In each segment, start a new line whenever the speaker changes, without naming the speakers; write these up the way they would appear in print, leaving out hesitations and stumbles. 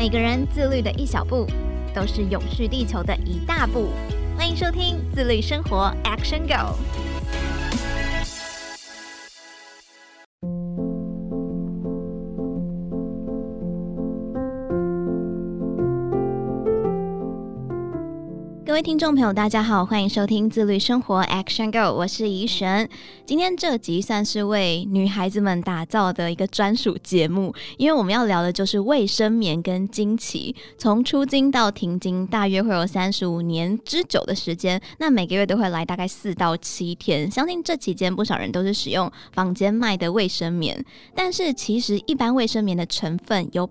每个人自律的一小步，都是永续地球的一大步。欢迎收听自律生活 Action Go。各位听众朋友大家好，欢迎收听自律生活 Action Go， 我是怡璇。今天这集算是为女孩子们打造的一个专属节目，因为我们要聊的就是卫生棉跟经期，从出经到停经大约会有35年之久的时间，那每个月都会来大概4到7天，相信这期间不少人都是使用坊间卖的卫生棉，但是其实一般卫生棉的成分有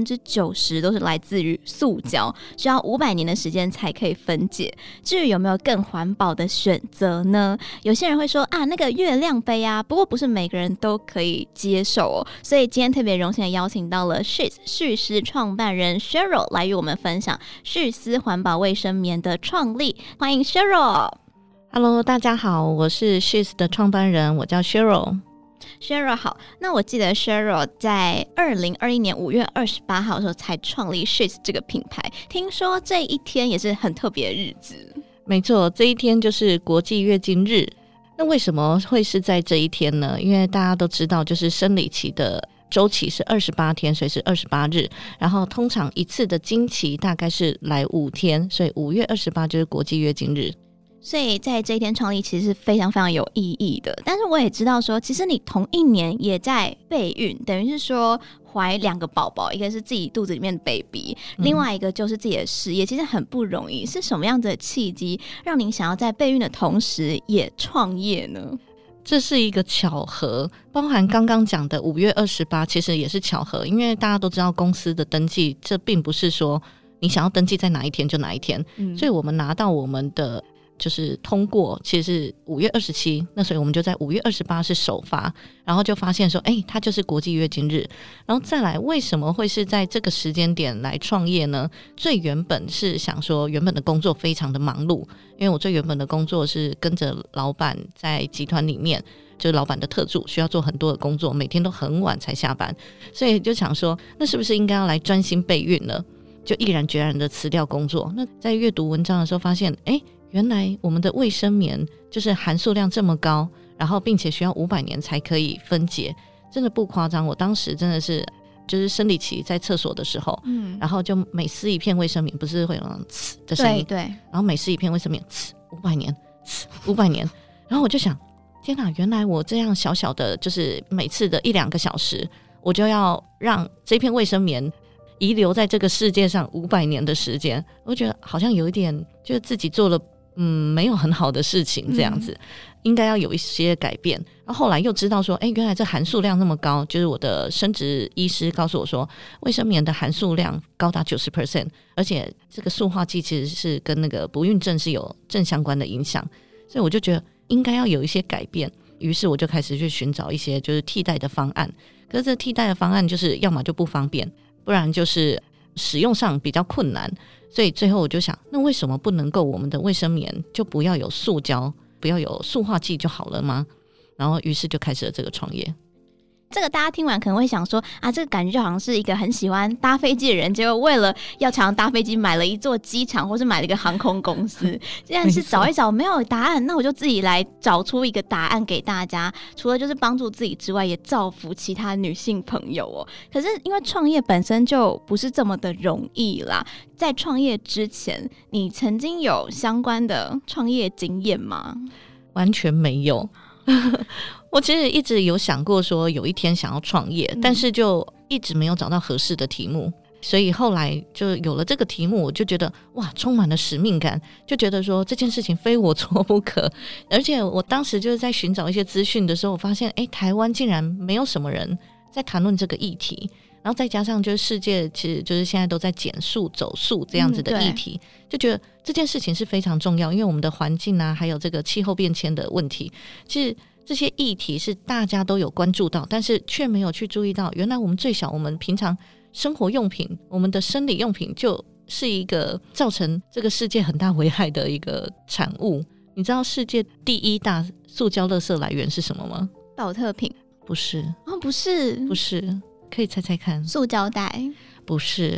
90% 都是来自于塑胶，需要500年的时间才可以分解。至于有没有更环保的选择呢？有些人会说啊，那个月亮杯啊，不过不是每个人都可以接受哦。所以今天特别荣幸的邀请到了 Sheath 续丝创办人 Cheryl 来与我们分享续丝环保卫生棉的创立。欢迎 Cheryl。Hello，
大家好，我是 Sheath 的创办人，我叫 Cheryl。Cheryl
好，那我记得 Cheryl 在2021年5月28号的时候才创立 Sheath 这个品牌，听说这一天也是很特别的日子。
没错，这一天就是国际月经日。那为什么会是在这一天呢？因为大家都知道，就是生理期的周期是28天，所以是28日，然后通常一次的经期大概是来5天，所以5月28就是国际月经日。
所以在这一天创立其实是非常非常有意义的。但是我也知道说，其实你同一年也在备孕，等于是说怀2个宝宝，一个是自己肚子里面的 baby，另外一个就是自己的事业，其实很不容易。是什么样子的契机让您想要在备孕的同时也创业呢？
这是一个巧合，包含刚刚讲的5月28其实也是巧合，因为大家都知道公司的登记，这并不是说你想要登记在哪一天就哪一天，所以我们拿到我们的就是通过其实是5月27，那所以我们就在5月28是首发，然后就发现说它就是国际月经日。然后再来为什么会是在这个时间点来创业呢？最原本是想说原本的工作非常的忙碌，因为我最原本的工作是跟着老板在集团里面，就是老板的特助，需要做很多的工作，每天都很晚才下班，所以就想说那是不是应该要来专心备孕了，就毅然决然的辞掉工作。那在阅读文章的时候发现原来我们的卫生棉就是含数量这么高，然后并且需要500年才可以分解，真的不夸张。我当时真的是就是生理期在厕所的时候，然后就每撕一片卫生棉不是会有那种呲的声音，
对，
然后每撕一片卫生棉呲500年，呲500年，然后我就想天哪，原来我这样小小的就是每次的1-2个小时，我就要让这片卫生棉遗留在这个世界上500年的时间，我觉得好像有一点就是自己做了没有很好的事情这样子，应该要有一些改变。然后后来又知道说原来这含数量那么高，就是我的生殖医师告诉我说卫生棉的含数量高达 90%， 而且这个塑化剂其实是跟那个不孕症是有正相关的影响，所以我就觉得应该要有一些改变，于是我就开始去寻找一些就是替代的方案。可是这替代的方案就是要么就不方便，不然就是使用上比较困难，所以最后我就想，那为什么不能够我们的卫生棉就不要有塑胶，不要有塑化剂就好了吗？然后于是就开始了这个创业。
这个大家听完可能会想说啊，这个感觉就好像是一个很喜欢搭飞机的人，结果为了要常常搭飞机买了一座机场，或是买了一个航空公司。既然是找一找没有答案，那我就自己来找出一个答案给大家，除了就是帮助自己之外，也造福其他女性朋友哦。可是因为创业本身就不是这么的容易啦，在创业之前，你曾经有相关的创业经验吗？
完全没有。我其实一直有想过说有一天想要创业，但是就一直没有找到合适的题目，所以后来就有了这个题目，我就觉得哇，充满了使命感，就觉得说这件事情非我做不可。而且我当时就是在寻找一些资讯的时候，我发现台湾竟然没有什么人在谈论这个议题，然后再加上就是世界其实就是现在都在减速走速这样子的议题，就觉得这件事情是非常重要，因为我们的环境啊还有这个气候变迁的问题，其实这些议题是大家都有关注到，但是却没有去注意到原来我们最小我们平常生活用品，我们的生理用品就是一个造成这个世界很大危害的一个产物。你知道世界第1大塑胶垃圾来源是什么吗？
保特瓶？
不是。
不是，
可以猜猜看。
塑胶袋？
不是。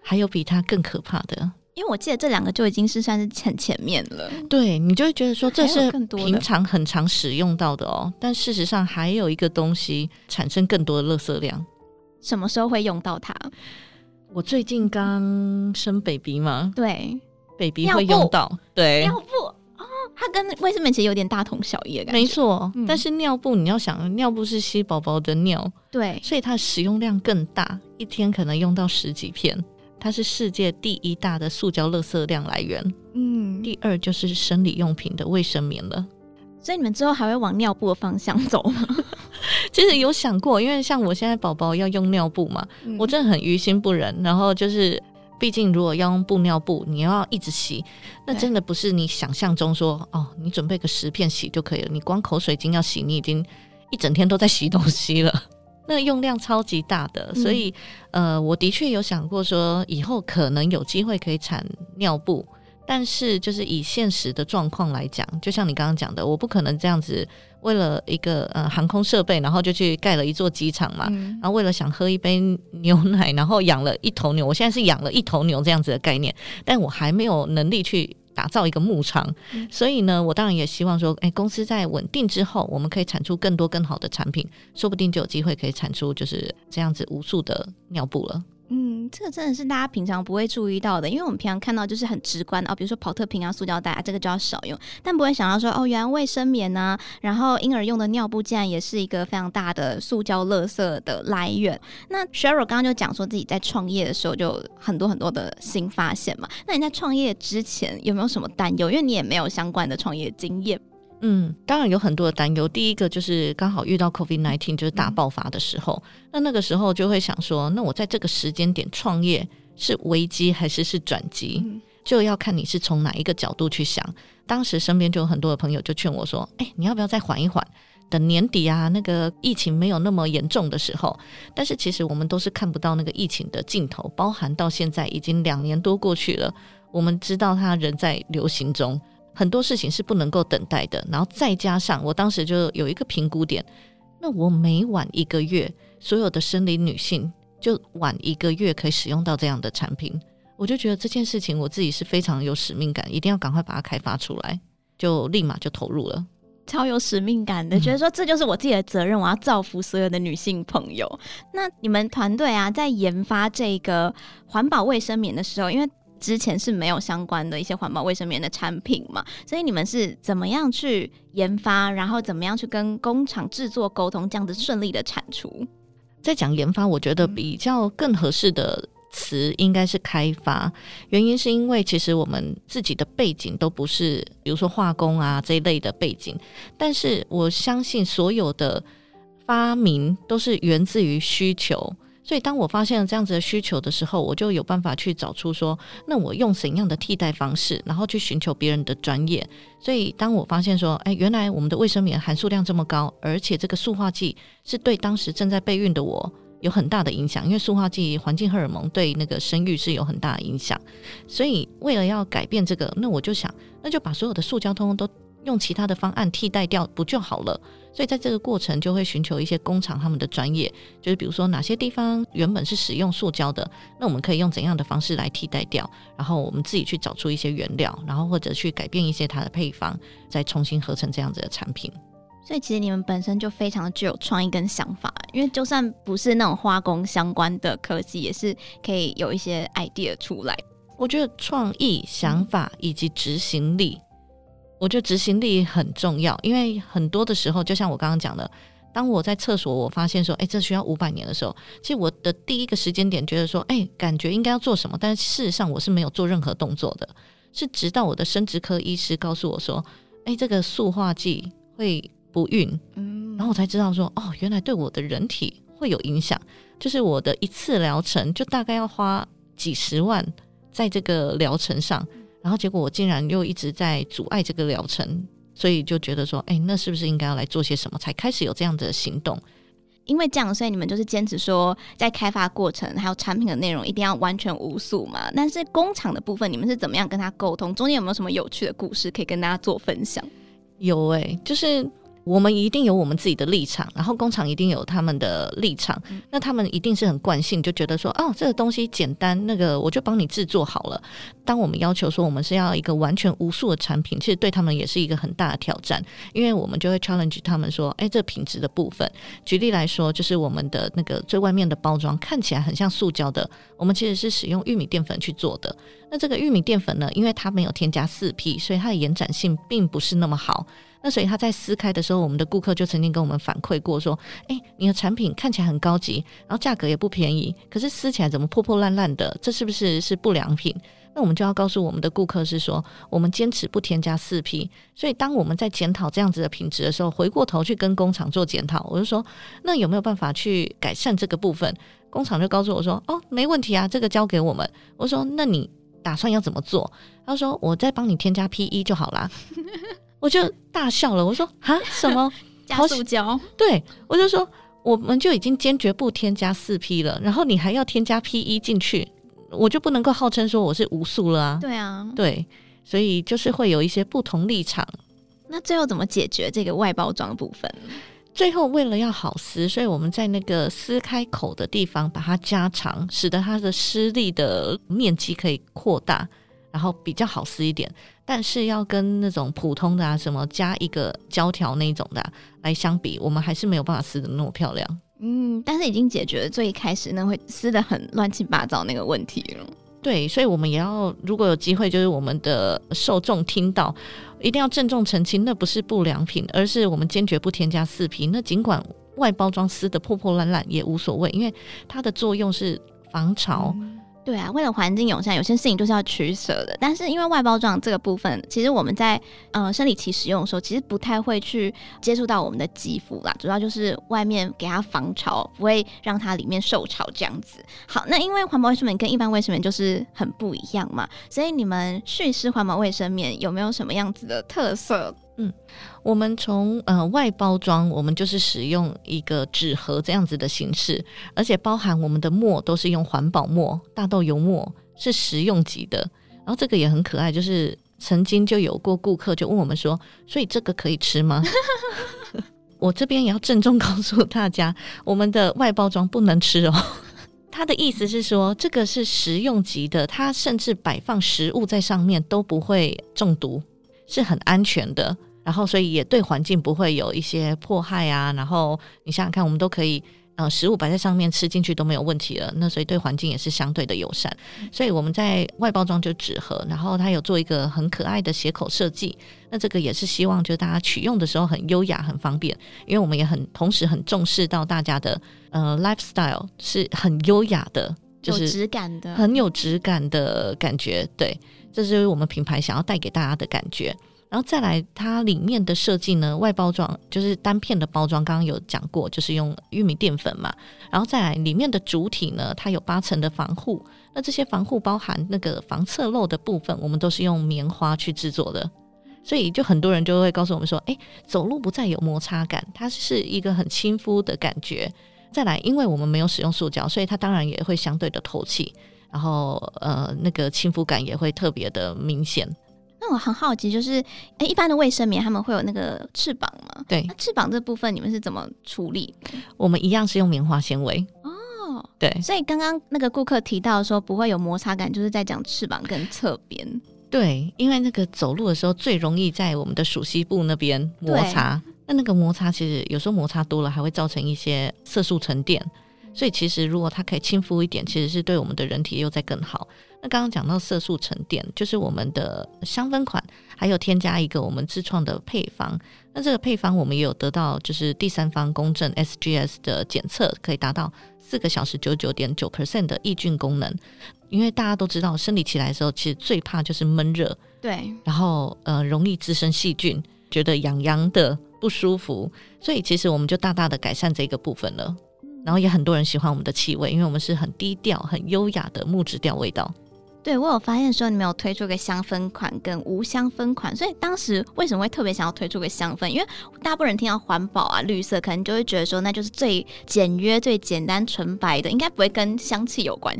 还有比它更可怕的。
因为我记得这两个就已经是算是很前面了。
对，你就会觉得说这是平常很常使用到的哦，但事实上还有一个东西产生更多的垃圾量。
什么时候会用到它？
我最近刚生 baby 嘛，
对
，baby 会用到，对，
尿布哦，它跟卫生棉其实有点大同小异的感觉。
没错，但是尿布你要想，尿布是吸宝宝的尿，
对，
所以它的使用量更大，一天可能用到10几片。它是世界第1大的塑胶垃圾量来源，第2就是生理用品的卫生棉了。
所以你们之后还会往尿布的方向走吗？
其实有想过，因为像我现在宝宝要用尿布嘛，我真的很于心不忍。然后就是毕竟如果要用布尿布，你要一直洗，那真的不是你想象中说哦，你准备个10片洗就可以了，你光口水巾要洗，你已经一整天都在洗东西了。那用量超级大的，所以我的确有想过说以后可能有机会可以产尿布，但是就是以现实的状况来讲，就像你刚刚讲的，我不可能这样子为了一个航空设备，然后就去盖了一座机场嘛，然后为了想喝一杯牛奶，然后养了一头牛，我现在是养了一头牛这样子的概念，但我还没有能力去打造一个牧场，所以呢我当然也希望说公司在稳定之后，我们可以产出更多更好的产品，说不定就有机会可以产出就是这样子无数的尿布了。
这个真的是大家平常不会注意到的，因为我们平常看到就是很直观比如说保特瓶啊、塑胶袋啊，这个就要少用，但不会想到说原来卫生棉啊，然后婴儿用的尿布竟然也是一个非常大的塑胶垃圾的来源。那 Cheryl 刚刚就讲说自己在创业的时候就有很多很多的新发现嘛，那你在创业之前有没有什么担忧？因为你也没有相关的创业经验。
当然有很多的担忧。第一个就是刚好遇到 COVID-19 就是大爆发的时候，那个时候就会想说，那我在这个时间点创业是危机还是转机，就要看你是从哪一个角度去想。当时身边就有很多的朋友就劝我说你要不要再缓一缓，等年底啊那个疫情没有那么严重的时候。但是其实我们都是看不到那个疫情的尽头，包含到现在已经2年多过去了，我们知道它仍在流行中，很多事情是不能够等待的。然后再加上我当时就有一个评估点，那我每晚1个月，所有的生理女性就晚1个月可以使用到这样的产品，我就觉得这件事情我自己是非常有使命感，一定要赶快把它开发出来，就立马就投入了。
超有使命感的，觉得说这就是我自己的责任，我要造福所有的女性朋友。那你们团队啊，在研发这个环保卫生棉的时候，因为之前是没有相关的一些环保卫生棉的产品嘛，所以你们是怎么样去研发，然后怎么样去跟工厂制作沟通，这样子顺利的产出？
在讲研发，我觉得比较更合适的词应该是开发，原因是因为其实我们自己的背景都不是比如说化工啊这一类的背景，但是我相信所有的发明都是源自于需求，所以当我发现了这样子的需求的时候，我就有办法去找出说那我用怎样的替代方式，然后去寻求别人的专业。所以当我发现说原来我们的卫生棉含塑量这么高，而且这个塑化剂是对当时正在备孕的我有很大的影响，因为塑化剂环境荷尔蒙对那个生育是有很大的影响，所以为了要改变这个，那我就想那就把所有的塑胶通通都用其他的方案替代掉不就好了。所以在这个过程就会寻求一些工厂他们的专业，就是比如说哪些地方原本是使用塑胶的，那我们可以用怎样的方式来替代掉，然后我们自己去找出一些原料，然后或者去改变一些它的配方，再重新合成这样子的产品。
所以其实你们本身就非常的具有创意跟想法，因为就算不是那种化工相关的科技，也是可以有一些 idea 出来。
我觉得创意、想法以及执行力，我觉得执行力很重要，因为很多的时候就像我刚刚讲的，当我在厕所我发现说这需要500年的时候，其实我的第一个时间点觉得说感觉应该要做什么，但是事实上我是没有做任何动作的，是直到我的生殖科医师告诉我说这个塑化剂会不孕，然后我才知道说原来对我的人体会有影响，就是我的一次疗程就大概要花几10万在这个疗程上，然后结果我竟然又一直在阻碍这个疗程，所以就觉得说那是不是应该要来做些什么，才开始有这样的行动。
因为这样，所以你们就是坚持说在开发过程还有产品的内容一定要完全无塑嘛，但是工厂的部分你们是怎么样跟他沟通，中间有没有什么有趣的故事可以跟大家做分享？
有就是我们一定有我们自己的立场，然后工厂一定有他们的立场，那他们一定是很惯性，就觉得说这个东西简单，那个我就帮你制作好了。当我们要求说我们是要一个完全无数的产品，其实对他们也是一个很大的挑战，因为我们就会 challenge 他们说这品质的部分，举例来说，就是我们的那个最外面的包装看起来很像塑胶的，我们其实是使用玉米淀粉去做的。那这个玉米淀粉呢，因为它没有添加4P， 所以它的延展性并不是那么好。那所以它在撕开的时候，我们的顾客就曾经跟我们反馈过说，你的产品看起来很高级，然后价格也不便宜，可是撕起来怎么破破烂烂的，这是不是不良品？那我们就要告诉我们的顾客是说，我们坚持不添加4P， 所以当我们在检讨这样子的品质的时候，回过头去跟工厂做检讨，我就说那有没有办法去改善这个部分？工厂就告诉我说没问题啊，这个交给我们。我说那你打算要怎么做？他说我再帮你添加 PE 就好啦。我就大笑了，我说什么
加塑胶？
对，我就说我们就已经坚决不添加4P 了，然后你还要添加 PE 进去，我就不能够号称说我是无塑了啊。
对啊，
对，所以就是会有一些不同立场。
那最后怎么解决这个外包装的部分？
最后为了要好撕，所以我们在那个撕开口的地方把它加长，使得它的施力的面积可以扩大，然后比较好撕一点。但是要跟那种普通的什么加一个胶条那种的来相比，我们还是没有办法撕得那么漂亮。
但是已经解决了最一开始那会撕得很乱七八糟那个问题了。
对，所以我们也要，如果有机会，就是我们的受众听到，一定要郑重澄清，那不是不良品，而是我们坚决不添加4P。那尽管外包装撕得破破烂烂也无所谓，因为它的作用是防潮。
对啊，为了环境友善，有些事情都是要取舍的。但是因为外包装这个部分，其实我们在生理期使用的时候，其实不太会去接触到我们的肌肤啦，主要就是外面给它防潮，不会让它里面受潮这样子。好，那因为环保卫生棉跟一般卫生棉就是很不一样嘛，所以你们煦湿环保卫生棉有没有什么样子的特色？
我们从外包装，我们就是使用一个纸盒这样子的形式，而且包含我们的墨都是用环保墨，大豆油墨是食用级的。然后这个也很可爱，就是曾经就有过顾客就问我们说，所以这个可以吃吗？我这边也要郑重告诉大家，我们的外包装不能吃哦。他的意思是说，这个是食用级的，它甚至摆放食物在上面都不会中毒，是很安全的。然后所以也对环境不会有一些迫害啊，然后你想想看，我们都可以食物摆在上面吃进去都没有问题了，那所以对环境也是相对的友善。所以我们在外包装就纸盒，然后它有做一个很可爱的斜口设计，那这个也是希望就是大家取用的时候很优雅很方便，因为我们也同时很重视到大家的lifestyle 是很优雅的，就是
有质感的，
很有质感的感觉。对，这是我们品牌想要带给大家的感觉。然后再来它里面的设计呢，外包装就是单片的包装，刚刚有讲过，就是用玉米淀粉嘛。然后再来里面的主体呢，它有8层的防护，那这些防护包含那个防侧漏的部分，我们都是用棉花去制作的。所以就很多人就会告诉我们说，走路不再有摩擦感，它是一个很亲肤的感觉。再来因为我们没有使用塑胶，所以它当然也会相对的透气，然后那个亲肤感也会特别的明显。
那我很好奇，就是一般的卫生棉他们会有那个翅膀吗？
对，
那翅膀这部分你们是怎么处理？
我们一样是用棉花纤维哦。对，
所以刚刚那个顾客提到说不会有摩擦感，就是在讲翅膀跟侧边。
对，因为那个走路的时候最容易在我们的属膝部那边摩擦，那个摩擦其实有时候摩擦多了还会造成一些色素沉淀，所以其实如果它可以亲肤一点，其实是对我们的人体又再更好。那刚刚讲到色素沉淀，就是我们的香氛款还有添加一个我们自创的配方，那这个配方我们也有得到就是第三方公证 SGS 的检测，可以达到4个小时 99.9% 的抑菌功能。因为大家都知道生理期来的时候其实最怕就是闷热，
对，
然后容易滋生细菌，觉得痒痒的不舒服，所以其实我们就大大的改善这个部分了。然后也很多人喜欢我们的气味，因为我们是很低调很优雅的木质调味道。
对，我有发现说你们有推出个香氛款跟无香氛款，所以当时为什么会特别想要推出个香氛？因为大部分人听到环保啊绿色可能就会觉得说那就是最简约最简单纯白的，应该不会跟香气有关系。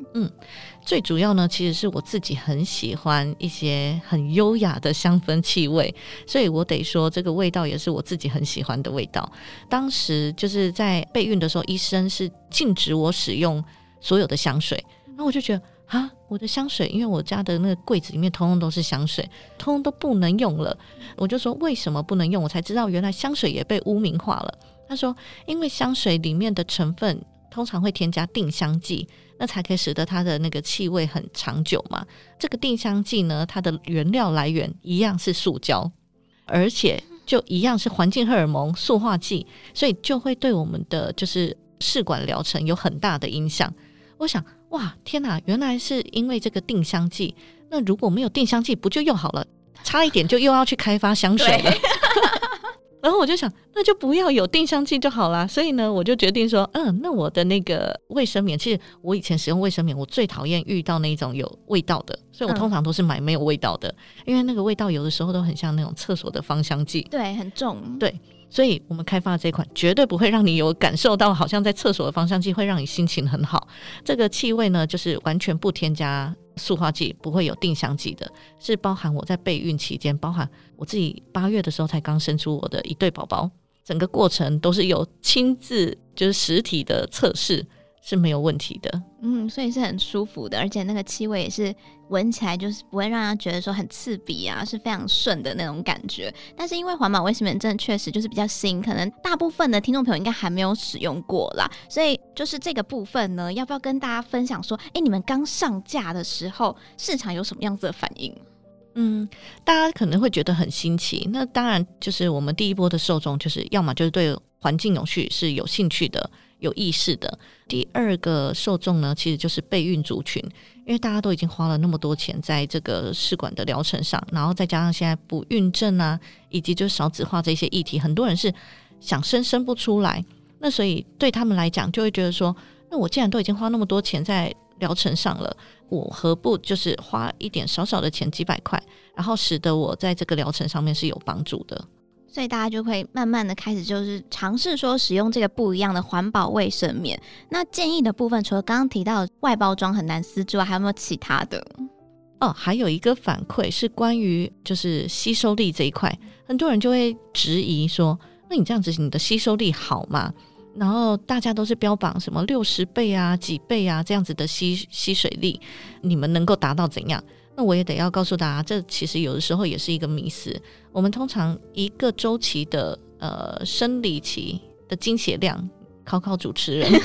最主要呢，其实是我自己很喜欢一些很优雅的香氛气味，所以我得说这个味道也是我自己很喜欢的味道。当时就是在备孕的时候，医生是禁止我使用所有的香水，然后我就觉得我的香水，因为我家的那个柜子里面通通都是香水，通通都不能用了。我就说为什么不能用，我才知道原来香水也被污名化了。他说因为香水里面的成分通常会添加定香剂，那才可以使得它的那个气味很长久嘛。这个定香剂呢，它的原料来源一样是塑胶，而且就一样是环境荷尔蒙塑化剂，所以就会对我们的就是试管疗程有很大的影响。我想哇天哪，原来是因为这个定香剂，那如果没有定香剂不就又好了，差一点就又要去开发香水了然后我就想那就不要有定香剂就好啦，所以呢我就决定说那我的那个卫生棉，其实我以前使用卫生棉我最讨厌遇到那种有味道的，所以我通常都是买没有味道的，因为那个味道有的时候都很像那种厕所的芳香剂，
对，很重，
对，所以我们开发的这款绝对不会让你有感受到好像在厕所的芳香剂会让你心情很好。这个气味呢就是完全不添加塑化剂，不会有定香剂的，是包含我在备孕期间，包含我自己8月的时候才刚生出我的一对宝宝，整个过程都是有亲自就是实体的测试，是没有问题的。
所以是很舒服的，而且那个气味也是闻起来就是不会让人觉得说很刺鼻啊，是非常顺的那种感觉。但是因为环保卫生棉真的确实就是比较新，可能大部分的听众朋友应该还没有使用过啦，所以就是这个部分呢，要不要跟大家分享说你们刚上架的时候市场有什么样子的反应？
大家可能会觉得很新奇，那当然就是我们第一波的受众就是要么就是对环境永续是有兴趣的有意识的，第二个受众呢其实就是备孕族群，因为大家都已经花了那么多钱在这个试管的疗程上，然后再加上现在不孕症啊以及就是少子化这些议题，很多人是想生不出来，那所以对他们来讲就会觉得说那我既然都已经花那么多钱在疗程上了，我何不就是花一点少少的钱几百块，然后使得我在这个疗程上面是有帮助的。
所以大家就会慢慢的开始就是尝试说使用这个不一样的环保卫生棉。那建议的部分除了刚刚提到的外包装很难撕之外，还有没有其他的？
还有一个反馈是关于就是吸收力这一块，很多人就会质疑说那你这样子你的吸收力好吗？然后大家都是标榜什么60倍啊几倍啊这样子的吸水力，你们能够达到怎样？那我也得要告诉大家，这其实有的时候也是一个迷思。我们通常一个周期的生理期的经血量，考主持人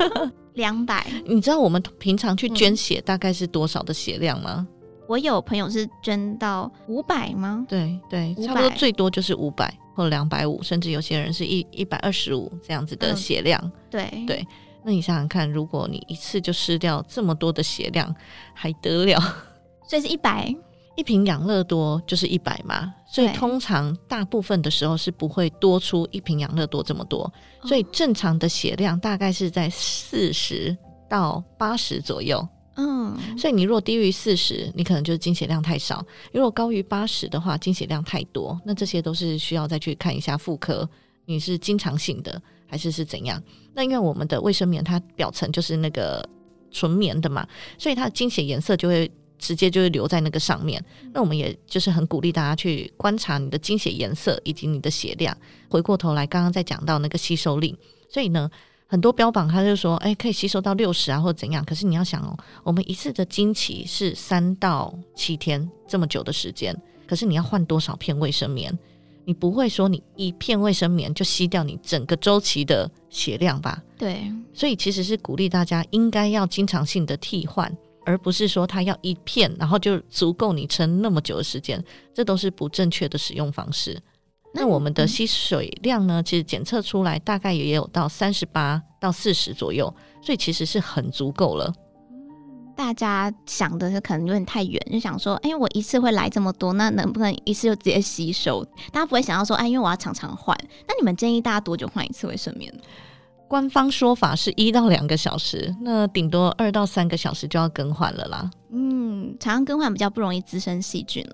200，
你知道我们平常去捐血大概是多少的血量吗？
我有朋友是捐到500吗？
对，差不多最多就是500或250，甚至有些人是125这样子的血量。对，那你想想看，如果你一次就失掉这么多的血量还得了？
所以是100，
一瓶养乐多就是100嘛，所以通常大部分的时候是不会多出一瓶养乐多这么多，所以正常的血量大概是在40到80左右。所以你如果低于40，你可能就是经血量太少；如果高于80的话，经血量太多，那这些都是需要再去看一下妇科，你是经常性的还是怎样。那因为我们的卫生棉它表层就是那个纯棉的嘛，所以它的经血颜色就会直接就会留在那个上面。那我们也就是很鼓励大家去观察你的经血颜色以及你的血量。回过头来刚刚在讲到那个吸收力，所以呢很多标榜他就说可以吸收到60啊或者怎样，可是你要想我们一次的经期是3到7天这么久的时间，可是你要换多少片卫生棉？你不会说你一片卫生棉就吸掉你整个周期的血量吧？
对，
所以其实是鼓励大家应该要经常性的替换，而不是说它要一片然后就足够你撑那么久的时间，这都是不正确的使用方式。那我们的吸水量呢，其实检测出来大概也有到38到40左右，所以其实是很足够了。
大家想的可能有点太远，就想说我一次会来这么多，那能不能一次就直接吸收？大家不会想到说因为我要常常换。那你们建议大家多久换一次卫生棉？
官方说法是1到2个小时，那顶多2到3个小时就要更换了啦。
常常更换比较不容易滋生细菌啦。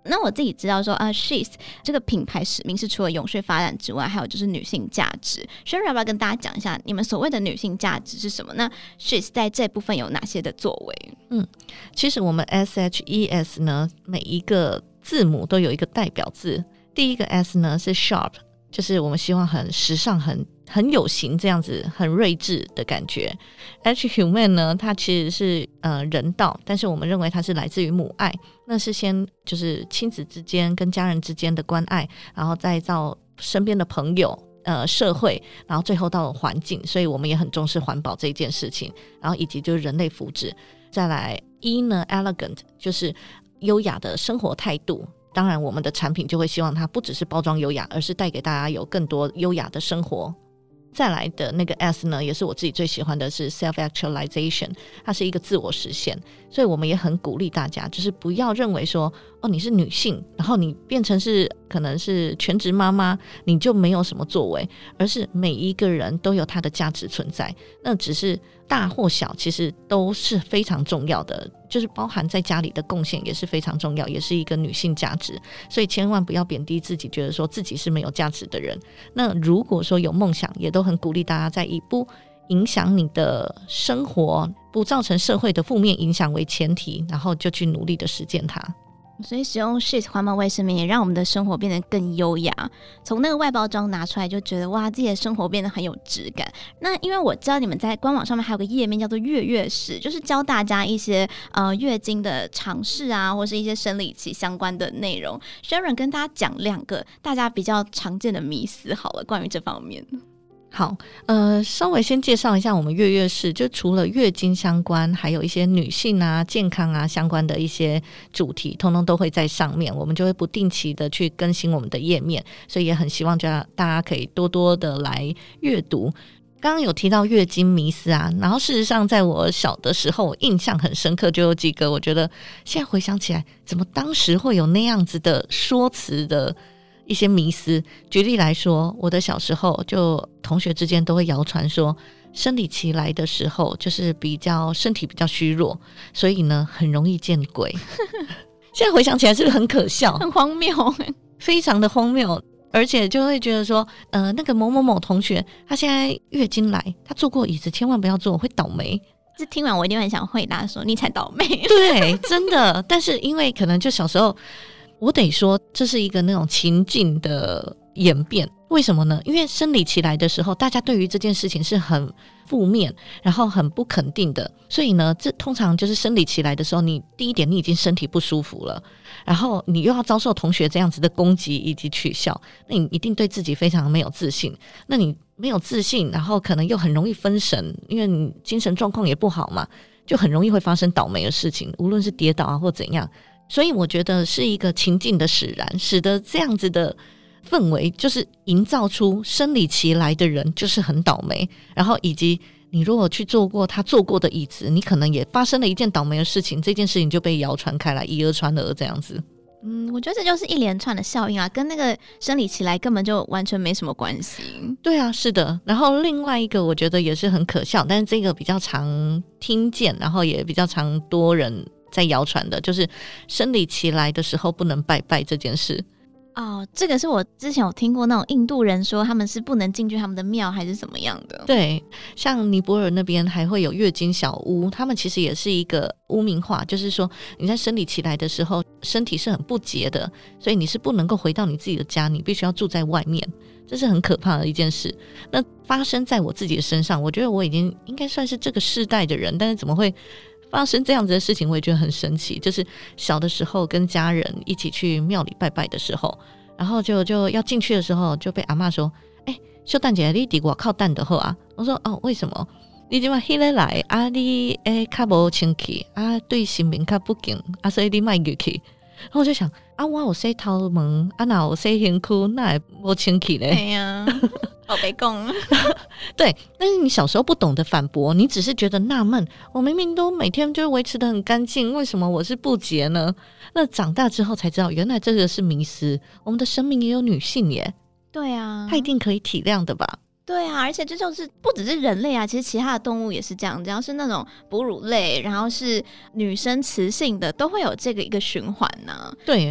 那我自己知道说Sheath 这个品牌使命是除了永续发展之外，还有就是女性价值。Sharon 要不要跟大家讲一下你们所谓的女性价值是什么？那 Sheath 在这部分有哪些的作为？
其实我们 SHES 呢，每一个字母都有一个代表字。第一个 S 呢是 sharp， 就是我们希望很时尚、很有型这样子，很睿智的感觉。H human 呢，它其实是人道，但是我们认为它是来自于母爱，那是先就是亲子之间跟家人之间的关爱，然后再到身边的朋友。社会，然后最后到环境，所以我们也很重视环保这一件事情，然后以及就是人类福祉。再来 E 呢 elegant 就是优雅的生活态度，当然我们的产品就会希望它不只是包装优雅，而是带给大家有更多优雅的生活。再来的那个 S 呢，也是我自己最喜欢的是 self-actualization， 它是一个自我实现，所以我们也很鼓励大家，就是不要认为说你是女性，然后你变成是可能是全职妈妈，你就没有什么作为，而是每一个人都有他的价值存在，那只是大或小其实都是非常重要的，就是包含在家里的贡献也是非常重要，也是一个女性价值，所以千万不要贬低自己，觉得说自己是没有价值的人。那如果说有梦想，也都很鼓励大家在以不影响你的生活，不造成社会的负面影响为前提，然后就去努力的实践它。
所以使用 Sheath 环保卫生棉也让我们的生活变得更优雅，从那个外包装拿出来就觉得哇，自己的生活变得很有质感。那因为我知道你们在官网上面还有个页面叫做月月式，就是教大家一些月经的常识啊，或是一些生理期相关的内容。Sharon 跟大家讲2个大家比较常见的迷思好了，关于这方面。
好，稍微先介绍一下我们月月式，就除了月经相关，还有一些女性啊、健康啊相关的一些主题，通通都会在上面，我们就会不定期的去更新我们的页面，所以也很希望大家可以多多的来阅读。刚刚有提到月经迷思啊，然后事实上在我小的时候印象很深刻，就有几个我觉得现在回想起来，怎么当时会有那样子的说辞的一些迷思。举例来说，我的小时候就同学之间都会谣传说生理期来的时候就是身体比较虚弱，所以呢很容易见鬼。现在回想起来是不是很可笑？
很荒谬，
非常的荒谬。而且就会觉得说那个某某某同学他现在月经来，他坐过椅子千万不要坐，会倒霉。
这听完我一定很想回答说你才倒霉。
对，真的。但是因为可能就小时候，我得说这是一个那种情境的演变。为什么呢？因为生理期来的时候，大家对于这件事情是很负面，然后很不肯定的，所以呢，这通常就是生理期来的时候，你第一点你已经身体不舒服了，然后你又要遭受同学这样子的攻击以及取笑，那你一定对自己非常没有自信。那你没有自信，然后可能又很容易分神，因为你精神状况也不好嘛，就很容易会发生倒霉的事情，无论是跌倒啊或怎样。所以我觉得是一个情境的使然，使得这样子的氛围就是营造出生理期来的人就是很倒霉，然后以及你如果去坐过他坐过的椅子，你可能也发生了一件倒霉的事情，这件事情就被谣传开来，以讹传讹这样子。
我觉得这就是一连串的效应啊，跟那个生理期来根本就完全没什么关系。
对啊，是的。然后另外一个我觉得也是很可笑，但是这个比较常听见，然后也比较常多人在谣传的，就是生理期来的时候不能拜拜这件事。
这个是我之前有听过那种印度人说他们是不能进去他们的庙还是怎么样的。
对，像尼泊尔那边还会有月经小屋，他们其实也是一个污名化，就是说你在生理期来的时候身体是很不洁的，所以你是不能够回到你自己的家，你必须要住在外面，这是很可怕的一件事。那发生在我自己的身上，我觉得我已经应该算是这个世代的人，但是怎么会发生这样子的事情，我也觉得很神奇。就是小的时候跟家人一起去庙里拜拜的时候，然后就要进去的时候就被阿嬷说小蛋姐你在外口等就好啊。我说为什么？你现在那个来啊，你较没清气啊，对神明较不敬啊，所以你不要去。然后我就想我有洗头毛啊，哪有洗身躯，哪会没清气呢？
对呀，好被讲。
对，但是你小时候不懂得反驳，你只是觉得纳闷，我明明都每天就维持得很干净，为什么我是不洁呢？那长大之后才知道，原来这个是迷思，我们的生命也有女性耶。
对啊，
他一定可以体谅的吧？
对啊，而且这就是不只是人类啊，其实其他的动物也是这样，只要是那种哺乳类，然后是女生雌性的，都会有这个一个循环呢。
对，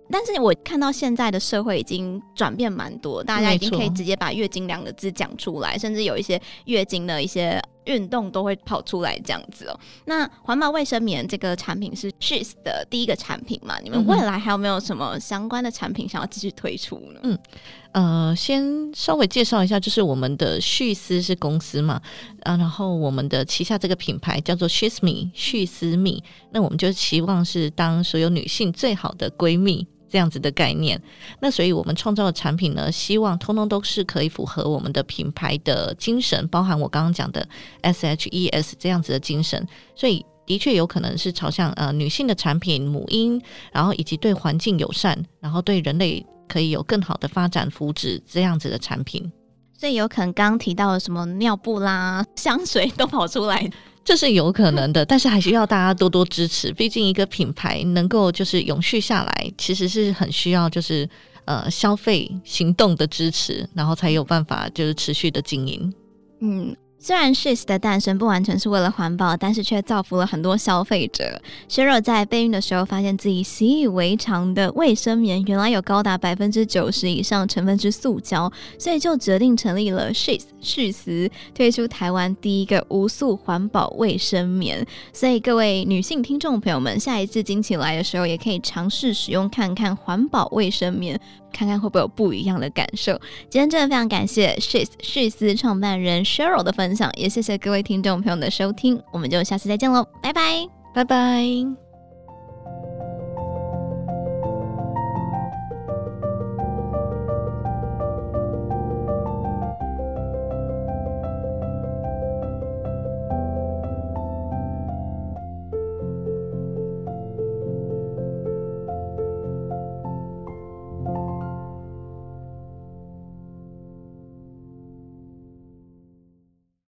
但是我看到现在的社会已经转变蛮多，大家已经可以直接把月经2个字讲出来，甚至有一些月经的一些运动都会跑出来这样子哦。那环保卫生棉这个产品是 Sheath 的第一个产品嘛？你们未来还有没有什么相关的产品想要继续推出呢？
先稍微介绍一下，就是我们的续丝是公司嘛，然后我们的旗下这个品牌叫做 Sheath Me 续丝蜜，那我们就期望是当所有女性最好的闺蜜这样子的概念。那所以我们创造的产品呢，希望通通都是可以符合我们的品牌的精神，包含我刚刚讲的 SHES 这样子的精神，所以的确有可能是朝向女性的产品、母婴，然后以及对环境友善，然后对人类可以有更好的发展福祉这样子的产品。
所以有可能刚刚提到的什么尿布啦、香水都跑出来，
这是有可能的，但是还需要大家多多支持。毕竟一个品牌能够就是永续下来，其实是很需要就是消费行动的支持，然后才有办法就是持续的经营。
虽然 Sheath 的诞生不完全是为了环保，但是却造福了很多消费者。Cheryl 在备孕的时候发现自己习以为常的卫生棉原来有高达 90% 以上成分是塑胶，所以就决定成立了 Sheath 续丝，推出台湾第一个无塑环保卫生棉。所以各位女性听众朋友们，下一次经期来的时候也可以尝试使用看看环保卫生棉，看看会不会有不一样的感受。今天真的非常感谢 Sheath 续丝创办人 Cheryl 的分享，也谢谢各位听众朋友的收听，我们就下次再见喽，拜拜，
拜拜。